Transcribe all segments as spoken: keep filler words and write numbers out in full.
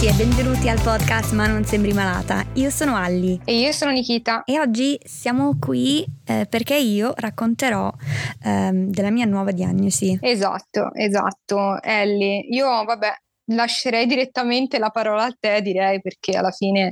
amici e benvenuti al podcast Ma non sembri malata. Io sono Alli. E io sono Nikita. E oggi siamo qui eh, perché io racconterò ehm, della mia nuova diagnosi. Esatto, esatto, Ellie. Io, vabbè, lascerei direttamente la parola a te, direi, perché alla fine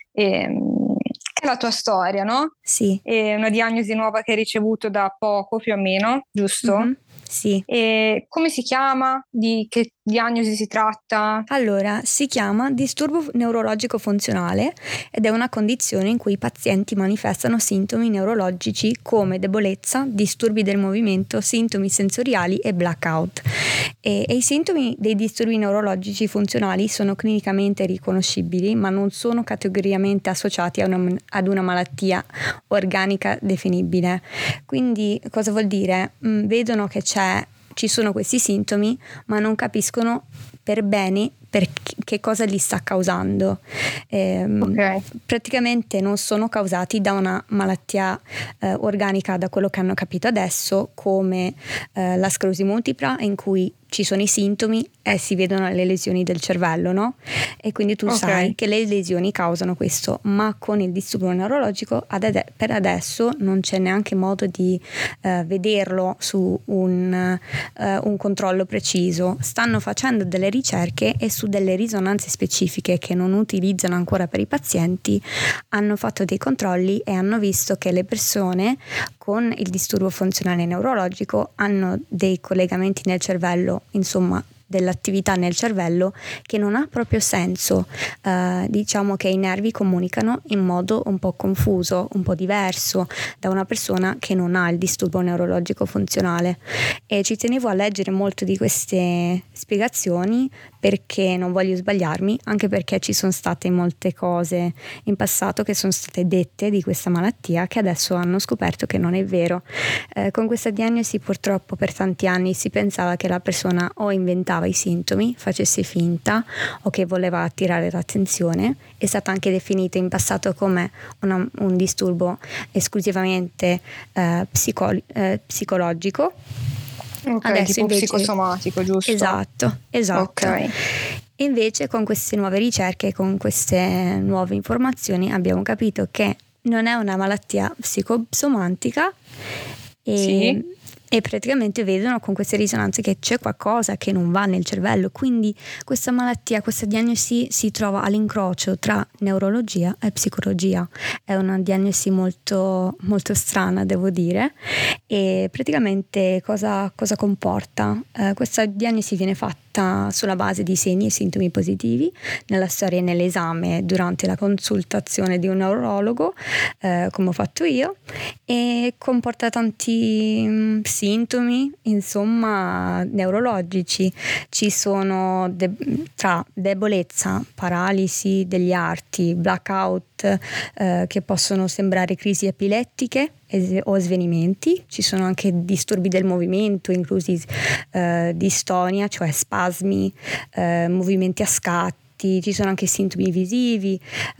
ehm, è la tua storia, no? Sì. È una diagnosi nuova che hai ricevuto da poco, più o meno, giusto? Mm-hmm. Sì. E come si chiama? Di che diagnosi si tratta? Allora, si chiama disturbo neurologico funzionale ed è una condizione in cui i pazienti manifestano sintomi neurologici come debolezza, disturbi del movimento, sintomi sensoriali e blackout. E, e i sintomi dei disturbi neurologici funzionali sono clinicamente riconoscibili, ma non sono categoricamente associati a una, ad una malattia organica definibile. Quindi cosa vuol dire? Mm, vedono che c'è ci sono questi sintomi, ma non capiscono per bene per che cosa li sta causando. Eh, okay. Praticamente non sono causati da una malattia eh, organica, da quello che hanno capito adesso, come eh, la sclerosi multipla, in cui ci sono i sintomi e si vedono le lesioni del cervello, no? E quindi tu okay. sai che le lesioni causano questo, ma con il disturbo neurologico ad ade- per adesso non c'è neanche modo di uh, vederlo su un, uh, un controllo preciso. Stanno facendo delle ricerche e su delle risonanze specifiche che non utilizzano ancora per i pazienti hanno fatto dei controlli e hanno visto che le persone con il disturbo funzionale neurologico hanno dei collegamenti nel cervello, insomma dell'attività nel cervello che non ha proprio senso. Uh, diciamo che i nervi comunicano in modo un po' confuso, un po' diverso da una persona che non ha il disturbo neurologico funzionale, e ci tenevo a leggere molto di queste spiegazioni perché non voglio sbagliarmi, anche perché ci sono state molte cose in passato che sono state dette di questa malattia che adesso hanno scoperto che non è vero. Eh, con questa diagnosi purtroppo per tanti anni si pensava che la persona o inventava i sintomi, facesse finta, o che voleva attirare l'attenzione. È stata anche definita in passato come una, un disturbo esclusivamente eh, psico- eh, psicologico. Ok, adesso tipo invece psicosomatico, giusto? Esatto, esatto. Ok. Invece con queste nuove ricerche, con queste nuove informazioni abbiamo capito che non è una malattia psicosomatica e, sì. e praticamente vedono con queste risonanze che c'è qualcosa che non va nel cervello, quindi questa malattia, questa diagnosi si trova all'incrocio tra neurologia e psicologia. È una diagnosi molto, molto strana, devo dire. E praticamente cosa, cosa comporta? Eh, questa diagnosi viene fatta sulla base di segni e sintomi positivi nella storia e nell'esame durante la consultazione di un neurologo, eh, come ho fatto io, e comporta tanti mh, sintomi, insomma, neurologici. Ci sono de- tra debolezza, paralisi degli arti, blackout, eh, che possono sembrare crisi epilettiche o svenimenti. Ci sono anche disturbi del movimento, inclusi eh, distonia, cioè spasmi, eh, movimenti a scatti. Ci sono anche sintomi visivi,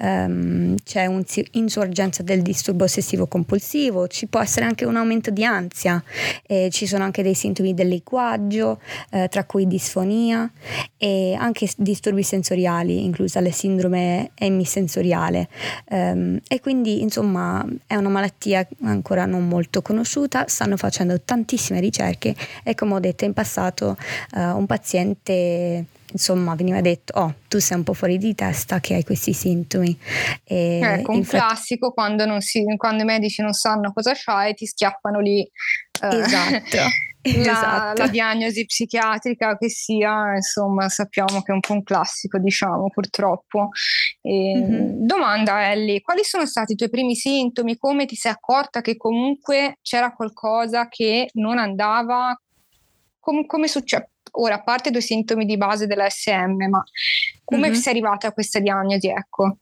ehm, c'è un'insorgenza del disturbo ossessivo compulsivo, ci può essere anche un aumento di ansia, eh, ci sono anche dei sintomi del linguaggio, eh, tra cui disfonia, e anche disturbi sensoriali, inclusa la sindrome emisensoriale, ehm, e quindi insomma è una malattia ancora non molto conosciuta. Stanno facendo tantissime ricerche e, come ho detto in passato, eh, un paziente, insomma, veniva detto: oh, tu sei un po' fuori di testa che hai questi sintomi. E ecco, un infatti, classico quando, non si, quando i medici non sanno cosa c'hai, ti schiappano lì eh, esatto, la, esatto. la diagnosi psichiatrica che sia, insomma, sappiamo che è un po' un classico, diciamo, purtroppo. E, Mm-hmm. Domanda, Ellie, quali sono stati i tuoi primi sintomi? Come ti sei accorta che comunque c'era qualcosa che non andava? Com- come succede? Ora, a parte i due sintomi di base della S M, ma come Mm-hmm. sei arrivata a questa diagnosi, ecco?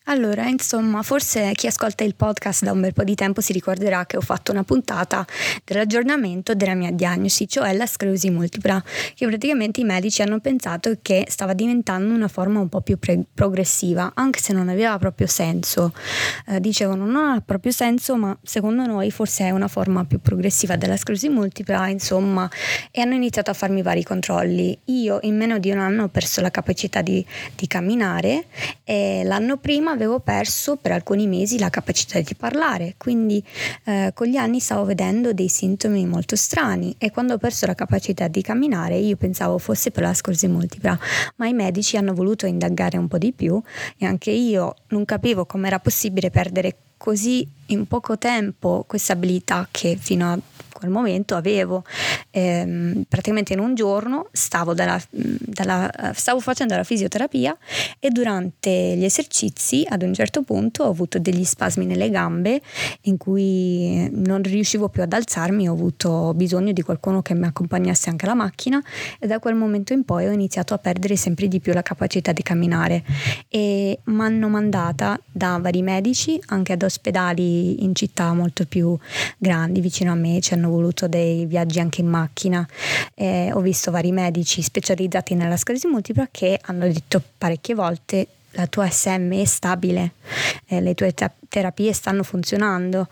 Allora, insomma, forse chi ascolta il podcast da un bel po' di tempo si ricorderà che ho fatto una puntata dell'aggiornamento della mia diagnosi, cioè la sclerosi multipla, che praticamente i medici hanno pensato che stava diventando una forma un po' più pre- progressiva, anche se non aveva proprio senso. Eh, dicevano non ha proprio senso, ma secondo noi forse è una forma più progressiva della sclerosi multipla, insomma, e hanno iniziato a farmi vari controlli. Io in meno di un anno ho perso la capacità di, di camminare e l'anno prima avevo perso per alcuni mesi la capacità di parlare, quindi eh, con gli anni stavo vedendo dei sintomi molto strani e quando ho perso la capacità di camminare io pensavo fosse per la sclerosi multipla, ma i medici hanno voluto indagare un po' di più e anche io non capivo come era possibile perdere così in poco tempo questa abilità che fino a quel momento avevo. Ehm, praticamente in un giorno stavo, dalla, dalla, stavo facendo la fisioterapia e durante gli esercizi ad un certo punto ho avuto degli spasmi nelle gambe in cui non riuscivo più ad alzarmi, ho avuto bisogno di qualcuno che mi accompagnasse anche alla macchina e da quel momento in poi ho iniziato a perdere sempre di più la capacità di camminare e mi hanno mandata da vari medici anche ad ospedali in città molto più grandi vicino a me, ci hanno voluto dei viaggi anche in macchina. Eh, ho visto vari medici specializzati nella sclerosi multipla che hanno detto parecchie volte la tua S M è stabile, eh, le tue te- terapie stanno funzionando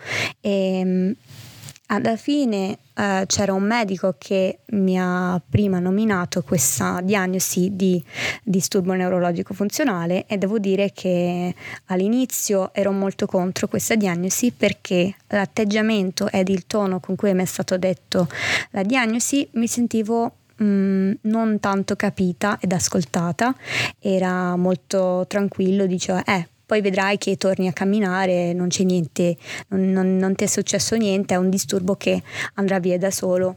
e alla fine eh, c'era un medico che mi ha prima nominato questa diagnosi di disturbo neurologico funzionale e devo dire che all'inizio ero molto contro questa diagnosi perché l'atteggiamento ed il tono con cui mi è stato detto la diagnosi mi sentivo Mm, non tanto capita ed ascoltata, era molto tranquillo, diceva eh poi vedrai che torni a camminare, non c'è niente, non, non, non ti è successo niente, è un disturbo che andrà via da solo.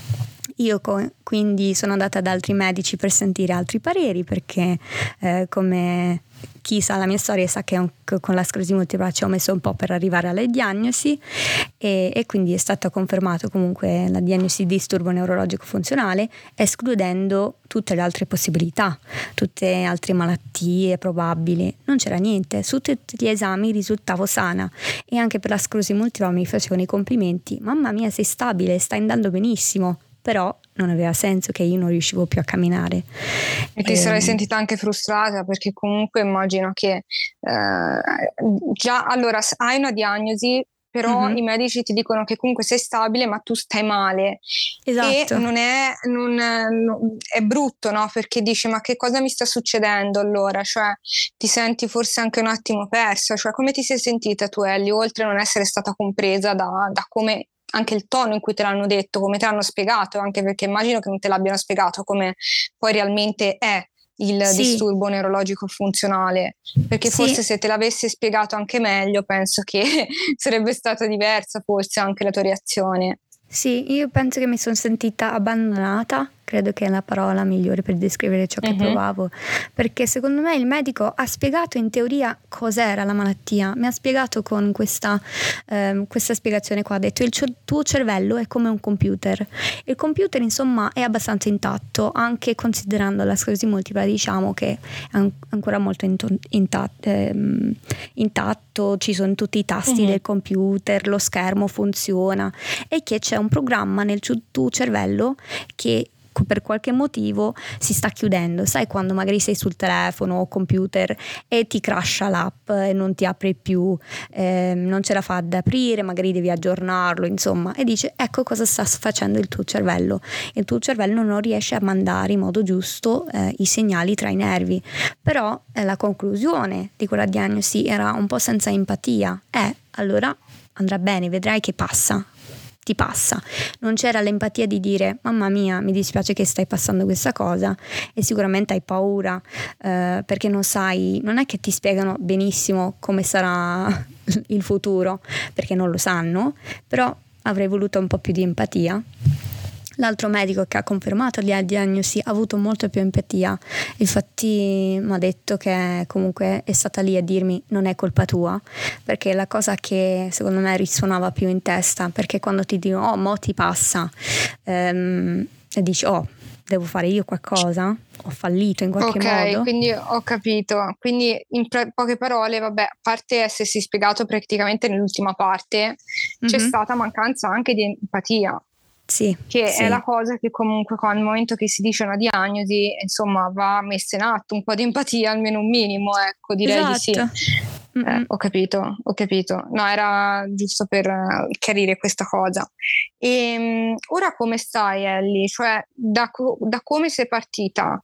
Io co- quindi sono andata ad altri medici per sentire altri pareri perché eh, come chi sa la mia storia sa che con la sclerosi multipla ci ho messo un po' per arrivare alle diagnosi e, e quindi è stata confermata comunque la diagnosi di disturbo neurologico funzionale, escludendo tutte le altre possibilità, tutte le altre malattie probabili. Non c'era niente, su tutti gli esami risultavo sana e anche per la sclerosi multipla mi facevano i complimenti: mamma mia, sei stabile, stai andando benissimo. Però non aveva senso che io non riuscivo più a camminare. E ti e... sarai sentita anche frustrata perché comunque immagino che eh, già allora hai una diagnosi, però mm-hmm. i medici ti dicono che comunque sei stabile ma tu stai male. Esatto. E non è, non, non, è brutto, no? Perché dici ma che cosa mi sta succedendo allora? Cioè ti senti forse anche un attimo persa, cioè come ti sei sentita tu, Ellie, oltre a non essere stata compresa da, da come anche il tono in cui te l'hanno detto, come te l'hanno spiegato, anche perché immagino che non te l'abbiano spiegato come poi realmente è il sì. disturbo neurologico funzionale, perché sì. forse se te l'avessi spiegato anche meglio penso che sarebbe stata diversa forse anche la tua reazione. Sì, io penso che mi sono sentita abbandonata, credo che è la parola migliore per descrivere ciò che uh-huh. provavo, perché secondo me il medico ha spiegato in teoria cos'era la malattia, mi ha spiegato con questa, eh, questa spiegazione qua, ha detto il cer- tuo cervello è come un computer, il computer insomma è abbastanza intatto, anche considerando la sclerosi multipla diciamo che è an- ancora molto into- intatto, ehm, intatto, ci sono tutti i tasti uh-huh. del computer, lo schermo funziona e che c'è un programma nel tuo cervello che per qualche motivo si sta chiudendo, sai quando magari sei sul telefono o computer e ti crasha l'app e non ti apre più, eh, non ce la fa ad aprire, magari devi aggiornarlo insomma, e dice ecco cosa sta facendo il tuo cervello, il tuo cervello non riesce a mandare in modo giusto eh, i segnali tra i nervi, però eh, la conclusione di quella diagnosi era un po' senza empatia, eh allora andrà bene, vedrai che passa, ti passa. Non c'era l'empatia di dire mamma mia mi dispiace che stai passando questa cosa e sicuramente hai paura eh, perché non sai, non è che ti spiegano benissimo come sarà il futuro perché non lo sanno, però avrei voluto un po' più di empatia. L'altro medico che ha confermato la diagnosi ha avuto molto più empatia, infatti mi ha detto che comunque è stata lì a dirmi non è colpa tua, perché la cosa che secondo me risuonava più in testa, perché quando ti dicono oh mo ti passa ehm, e dici oh devo fare io qualcosa? Ho fallito in qualche Ok, modo? quindi ho capito. Quindi in pre- poche parole, vabbè, a parte essersi spiegato praticamente nell'ultima parte, c'è Mhm. stata mancanza anche di empatia, Sì, che sì, è la cosa che comunque al momento che si dice una diagnosi, insomma, va messa in atto un po' di empatia, almeno un minimo, ecco, direi di sì. esatto. Eh, Mm-mm. ho capito, ho capito. No, era giusto per eh, chiarire questa cosa. E mh, ora come stai, Ellie? Cioè, da, co- da come sei partita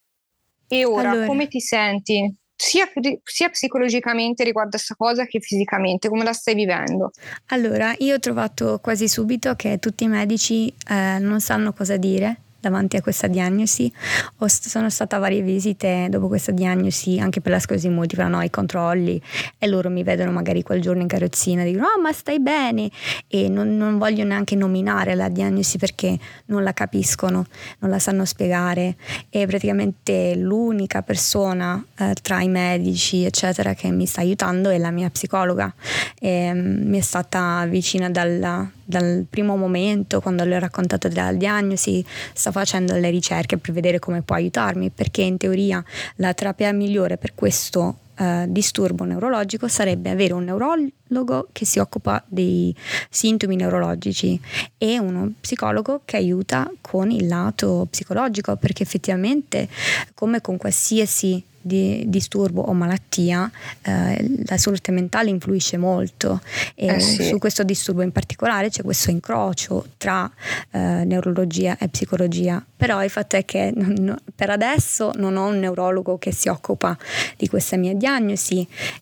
e ora Allora, come ti senti? Sia, sia psicologicamente riguardo a questa cosa che fisicamente, come la stai vivendo? allora, io ho trovato quasi subito che tutti i medici eh, non sanno cosa dire davanti a questa diagnosi. Ho, sono stata a varie visite dopo questa diagnosi, anche per la sclerosi multipla, no, i controlli, e loro mi vedono magari quel giorno in carrozzina e dicono oh ma stai bene, e non, non voglio neanche nominare la diagnosi perché non la capiscono, non la sanno spiegare. E praticamente l'unica persona eh, tra i medici eccetera che mi sta aiutando è la mia psicologa. E, um, mi è stata vicina dal, dal primo momento, quando le ho raccontato della diagnosi. Sta facendo le ricerche per vedere come può aiutarmi, perché in teoria la terapia migliore per questo Uh, disturbo neurologico sarebbe avere un neurologo che si occupa dei sintomi neurologici e uno psicologo che aiuta con il lato psicologico, perché effettivamente, come con qualsiasi di disturbo o malattia, eh, la salute mentale influisce molto, e Eh sì. su questo disturbo in particolare c'è questo incrocio tra eh, neurologia e psicologia. Però il fatto è che non, per adesso non ho un neurologo che si occupa di questa mia diagnosi,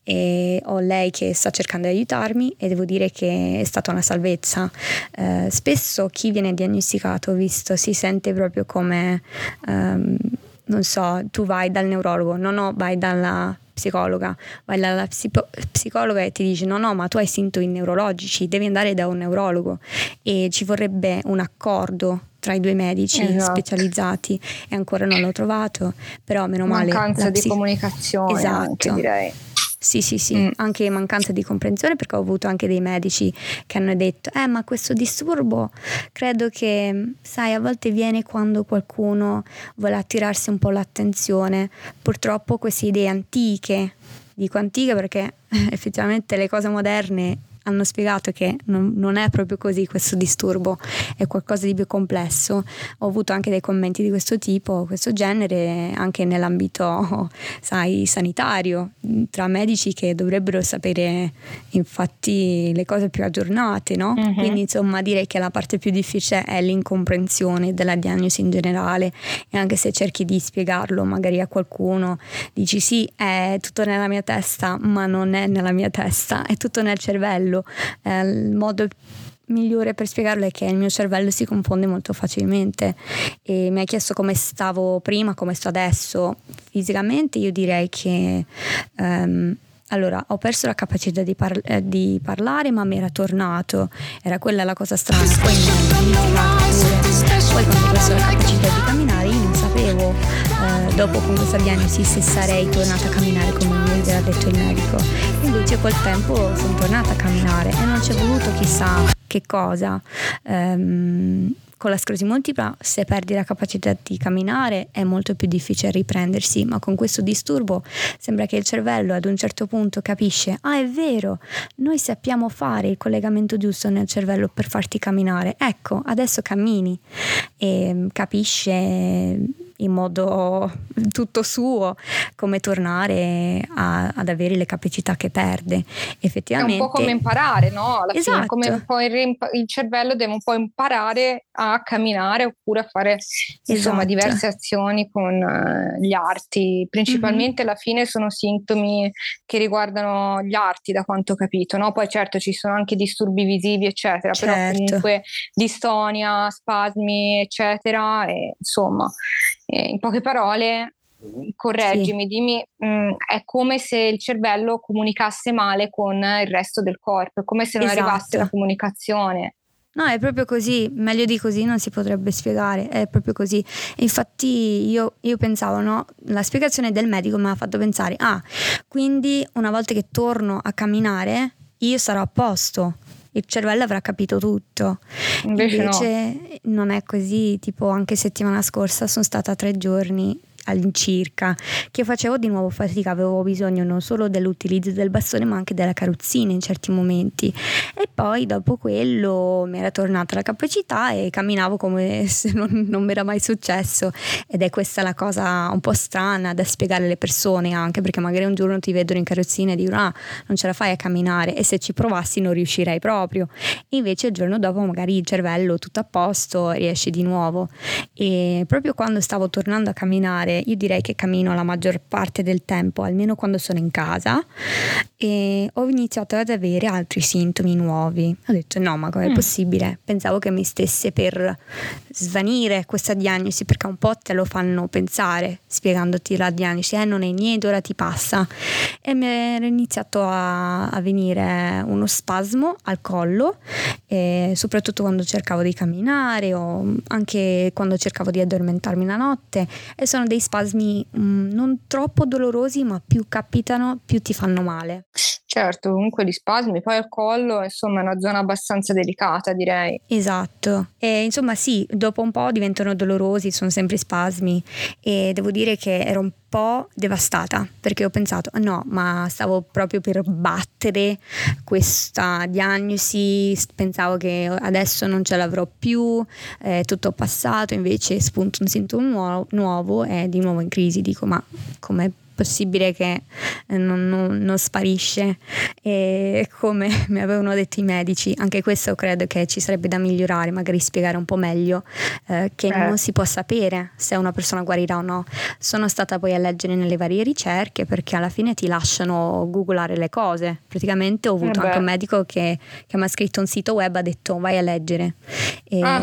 e ho lei che sta cercando di aiutarmi, e devo dire che è stata una salvezza. Eh, spesso chi viene diagnosticato, visto, si sente proprio come um, non so, tu vai dal neurologo, no no, vai dalla psicologa, vai dalla psipo- psicologa e ti dice no no, ma tu hai sintomi neurologici, devi andare da un neurologo, e ci vorrebbe un accordo tra i due medici Esatto. specializzati, e ancora non l'ho trovato, però meno male. Mancanza la di psi- comunicazione, esatto. anche direi. Sì, sì, sì, Mm. anche mancanza di comprensione, perché ho avuto anche dei medici che hanno detto eh ma questo disturbo credo che, sai, a volte viene quando qualcuno vuole attirarsi un po' l'attenzione. Purtroppo queste idee antiche, dico antiche perché effettivamente le cose moderne hanno spiegato che non, non è proprio così questo disturbo, è qualcosa di più complesso. Ho avuto anche dei commenti di questo tipo, questo genere, anche nell'ambito, sai, sanitario, tra medici che dovrebbero sapere infatti le cose più aggiornate, no? Mm-hmm. Quindi insomma direi che la parte più difficile è l'incomprensione della diagnosi in generale, e anche se cerchi di spiegarlo magari a qualcuno, dici sì, è tutto nella mia testa, ma non è nella mia testa, è tutto nel cervello. Eh, il modo migliore per spiegarlo è che il mio cervello si confonde molto facilmente, e mi hai chiesto come stavo prima, come sto adesso fisicamente. Io direi che um, allora ho perso la capacità di, par- eh, di parlare, ma mi era tornato, era quella la cosa strana. Poi mi ero dimenticato pure. Poi quando ho perso la capacità di camminare io non sapevo eh, dopo con questa diagnosi se sarei tornata a camminare come mi aveva detto il medico. Invece col tempo sono tornata a camminare, e non ci è voluto chissà che cosa. Um, con la sclerosi multipla, se perdi la capacità di camminare è molto più difficile riprendersi, ma con questo disturbo sembra che il cervello ad un certo punto capisce ah è vero, noi sappiamo fare il collegamento giusto nel cervello per farti camminare, ecco adesso cammini, e capisce in modo tutto suo come tornare a, ad avere le capacità che perde effettivamente. È un po' come imparare, no? Alla esatto. fine, come un po' il, il cervello deve un po' imparare a camminare oppure a fare insomma esatto. diverse azioni con uh, gli arti. Principalmente mm-hmm. alla fine sono sintomi che riguardano gli arti, da quanto ho capito, no? Poi certo ci sono anche disturbi visivi eccetera, certo. Però comunque distonia, spasmi eccetera, e insomma eh, in poche parole, correggimi, sì. dimmi, mh, è come se il cervello comunicasse male con il resto del corpo, è come se non esatto. arrivasse la comunicazione. No, è proprio così, meglio di così non si potrebbe spiegare, è proprio così. Infatti io, io pensavo, no, la spiegazione del medico mi ha fatto pensare, ah, quindi una volta che torno a camminare io sarò a posto. il cervello avrà capito tutto. Invece, Invece no. non è così, tipo anche settimana scorsa sono stata tre giorni all'incirca che facevo di nuovo fatica, avevo bisogno non solo dell'utilizzo del bastone ma anche della carrozzina in certi momenti, e poi dopo quello mi era tornata la capacità e camminavo come se non, non mi era mai successo, ed è questa la cosa un po' strana da spiegare alle persone, anche perché magari un giorno ti vedono in carrozzina e dicono ah, non ce la fai a camminare, e se ci provassi non riuscirei proprio, e invece il giorno dopo magari il cervello tutto a posto, riesci di nuovo. E proprio quando stavo tornando a camminare, io direi che cammino la maggior parte del tempo, almeno quando sono in casa, e ho iniziato ad avere altri sintomi nuovi. Ho detto no, ma com'è mm. possibile? Pensavo che mi stesse per svanire questa diagnosi, perché un po' te lo fanno pensare spiegandoti la diagnosi, eh non è niente, ora ti passa, e mi era iniziato a, a venire uno spasmo al collo, e soprattutto quando cercavo di camminare o anche quando cercavo di addormentarmi la notte, e sono dei spasmi mh, non troppo dolorosi, ma più capitano più ti fanno male. Certo, comunque gli spasmi, poi al collo, insomma è una zona abbastanza delicata, direi. Esatto, e insomma sì, dopo un po' diventano dolorosi, sono sempre spasmi, e devo dire che ero un po' devastata, perché ho pensato no, ma stavo proprio per battere questa diagnosi, pensavo che adesso non ce l'avrò più, è tutto passato, invece spunta un sintomo nuovo, nuovo e di nuovo in crisi, dico ma com'è possibile che non, non, non sparisce, e come mi avevano detto i medici, anche questo credo che ci sarebbe da migliorare, magari spiegare un po' meglio eh, che eh. non si può sapere se una persona guarirà o no. Sono stata poi a leggere nelle varie ricerche, perché alla fine ti lasciano googolare le cose, praticamente ho avuto eh anche un medico che, che mi ha scritto un sito web, ha detto vai a leggere, e ah.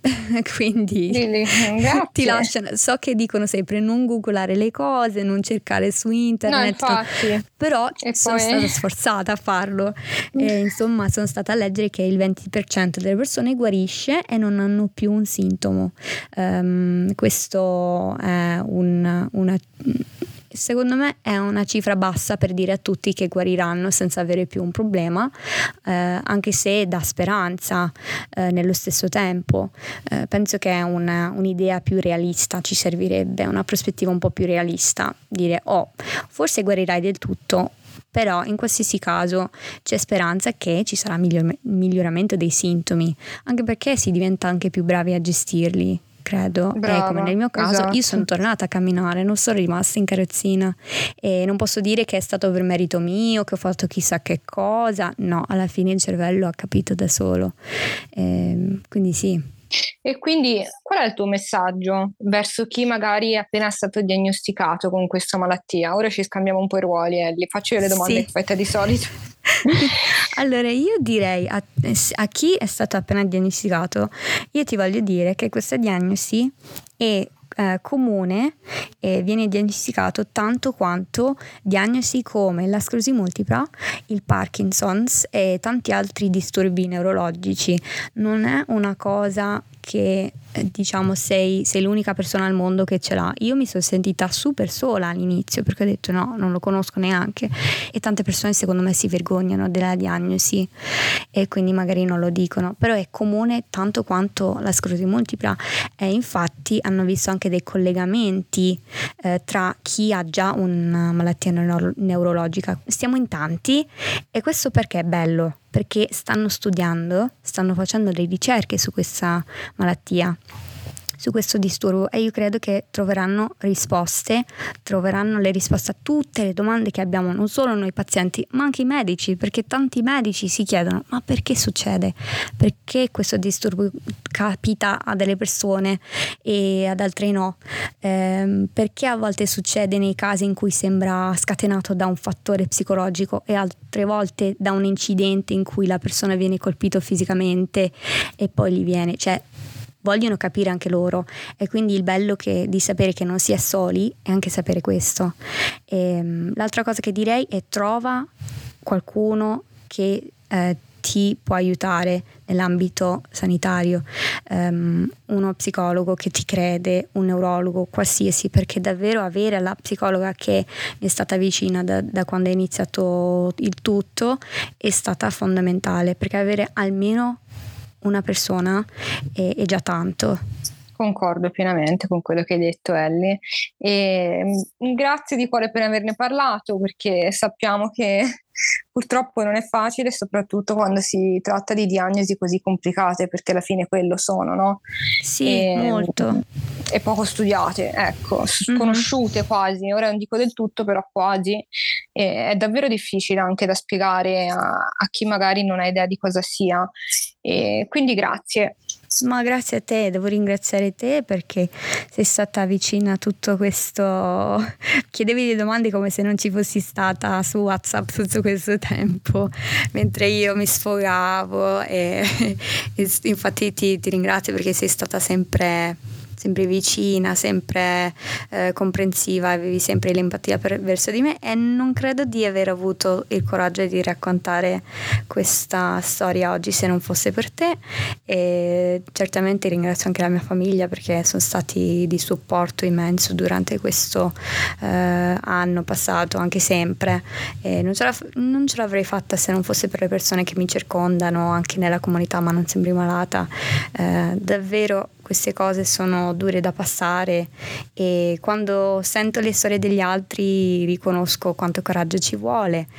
quindi ti lasciano, so che dicono sempre non googolare le cose, non cercare su internet, no, no. Però e sono poi... stata sforzata a farlo, e insomma sono stata a leggere che il venti per cento delle persone guarisce e non hanno più un sintomo. Um, questo è un, una secondo me è una cifra bassa per dire a tutti che guariranno senza avere più un problema, eh, anche se dà speranza eh, nello stesso tempo. Eh, penso che è una, un'idea più realista, ci servirebbe una prospettiva un po' più realista, dire oh, forse guarirai del tutto, però in qualsiasi caso c'è speranza che ci sarà miglior- miglioramento dei sintomi, anche perché si diventa anche più bravi a gestirli, credo. Brava, e come nel mio caso esatto. Io sono tornata a camminare, non sono rimasta in carrozzina, e non posso dire che è stato per merito mio, che ho fatto chissà che cosa, no, alla fine il cervello ha capito da solo, e quindi sì. E quindi qual è il tuo messaggio verso chi magari è appena stato diagnosticato con questa malattia? Ora ci scambiamo un po' i ruoli e gli faccio io le domande sì. che fai te di solito. Allora io direi a, a chi è stato appena diagnosticato, io ti voglio dire che questa diagnosi è eh, comune e viene diagnosticato tanto quanto diagnosi come la sclerosi multipla, il Parkinson's e tanti altri disturbi neurologici. Non è una cosa che diciamo sei, sei l'unica persona al mondo che ce l'ha. Io mi sono sentita super sola all'inizio, perché ho detto no, non lo conosco neanche, e tante persone secondo me si vergognano della diagnosi e quindi magari non lo dicono, però è comune tanto quanto la sclerosi multipla, e infatti hanno visto anche dei collegamenti eh, tra chi ha già una malattia neuro- neurologica. Stiamo in tanti, e questo perché è bello, perché stanno studiando, stanno facendo le ricerche su questa malattia, su questo disturbo, e io credo che troveranno risposte, troveranno le risposte a tutte le domande che abbiamo, non solo noi pazienti, ma anche i medici, perché tanti medici si chiedono ma perché succede? Perché questo disturbo capita a delle persone e ad altre no? Eh, perché a volte succede nei casi in cui sembra scatenato da un fattore psicologico e altre volte da un incidente in cui la persona viene colpito fisicamente e poi gli viene, cioè vogliono capire anche loro, e quindi il bello che, di sapere che non si è soli è anche sapere questo. E, l'altra cosa che direi è trova qualcuno che eh, ti può aiutare, nell'ambito sanitario, um, uno psicologo che ti crede, un neurologo, qualsiasi, perché davvero avere la psicologa che mi è stata vicina da, da quando è iniziato il tutto è stata fondamentale, perché avere almeno una persona è, è già tanto. Concordo pienamente con quello che hai detto, Ellie, e mh, grazie di cuore per averne parlato, perché sappiamo che purtroppo non è facile, soprattutto quando si tratta di diagnosi così complicate, perché alla fine quello sono, no? Sì, e, molto. E poco studiate, ecco, sconosciute mm-hmm. quasi, ora non dico del tutto, però quasi, e è davvero difficile anche da spiegare a, a chi magari non ha idea di cosa sia, e quindi grazie. Ma grazie a te, devo ringraziare te perché sei stata vicina a tutto questo, chiedevi le domande come se non ci fossi stata su WhatsApp tutto questo tempo mentre io mi sfogavo e, e infatti ti, ti ringrazio perché sei stata sempre sempre vicina, sempre eh, comprensiva, avevi sempre l'empatia per, verso di me, e non credo di aver avuto il coraggio di raccontare questa storia oggi se non fosse per te. E certamente ringrazio anche la mia famiglia perché sono stati di supporto immenso durante questo eh, anno passato, anche sempre, e non ce, la, non ce l'avrei fatta se non fosse per le persone che mi circondano anche nella comunità Ma non sembri malata. Eh, davvero queste cose sono dure da passare e quando sento le storie degli altri riconosco quanto coraggio ci vuole,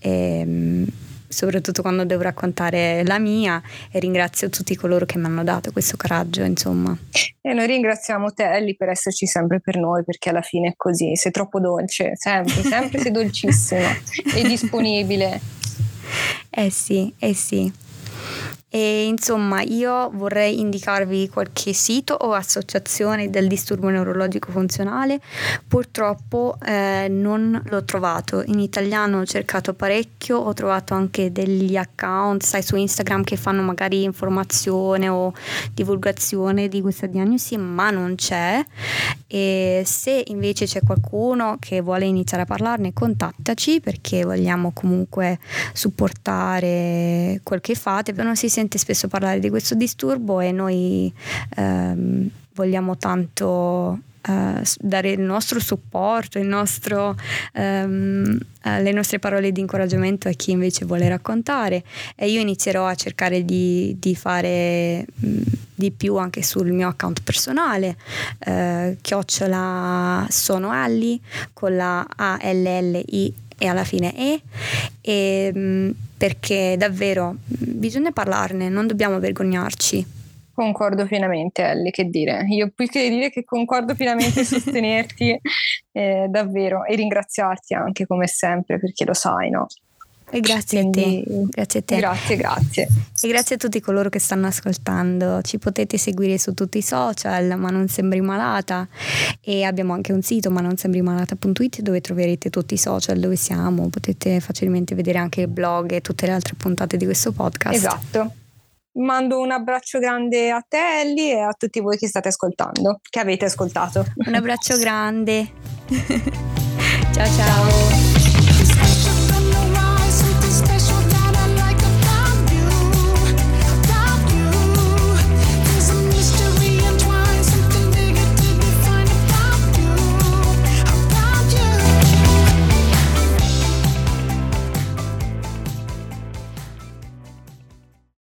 e soprattutto quando devo raccontare la mia, e ringrazio tutti coloro che mi hanno dato questo coraggio, insomma. E noi ringraziamo te, Ellie, per esserci sempre per noi, perché alla fine è così, sei troppo dolce, sempre, sempre sei dolcissima e disponibile. Eh sì, eh sì. E insomma io vorrei indicarvi qualche sito o associazione del disturbo neurologico funzionale. Purtroppo eh, non l'ho trovato in italiano, ho cercato parecchio, ho trovato anche degli account, sai, su Instagram che fanno magari informazione o divulgazione di questa diagnosi, ma non c'è. E se invece c'è qualcuno che vuole iniziare a parlarne, contattaci perché vogliamo comunque supportare quel che fate. Non si sente spesso parlare di questo disturbo e noi ehm, vogliamo tanto eh, dare il nostro supporto, il nostro, ehm, eh, le nostre parole di incoraggiamento a chi invece vuole raccontare, e io inizierò a cercare di, di fare mh, di più anche sul mio account personale, eh, chiocciola sono Alli con la A L L I e alla fine E, e mh, perché davvero bisogna parlarne, non dobbiamo vergognarci. Concordo pienamente, Ellie, che dire, io più che dire che concordo pienamente a sostenerti eh, davvero, e ringraziarti anche come sempre, perché lo sai, no? E grazie Quindi, a te, grazie a te. Grazie, grazie. E grazie a tutti coloro che stanno ascoltando. Ci potete seguire su tutti i social, Ma non sembri malata, e abbiamo anche un sito ma non sembri malata punto it dove troverete tutti i social dove siamo. Potete facilmente vedere anche il blog e tutte le altre puntate di questo podcast. Esatto. Mando un abbraccio grande a te, Ellie, e a tutti voi che state ascoltando, che avete ascoltato. Un abbraccio grande. Ciao ciao.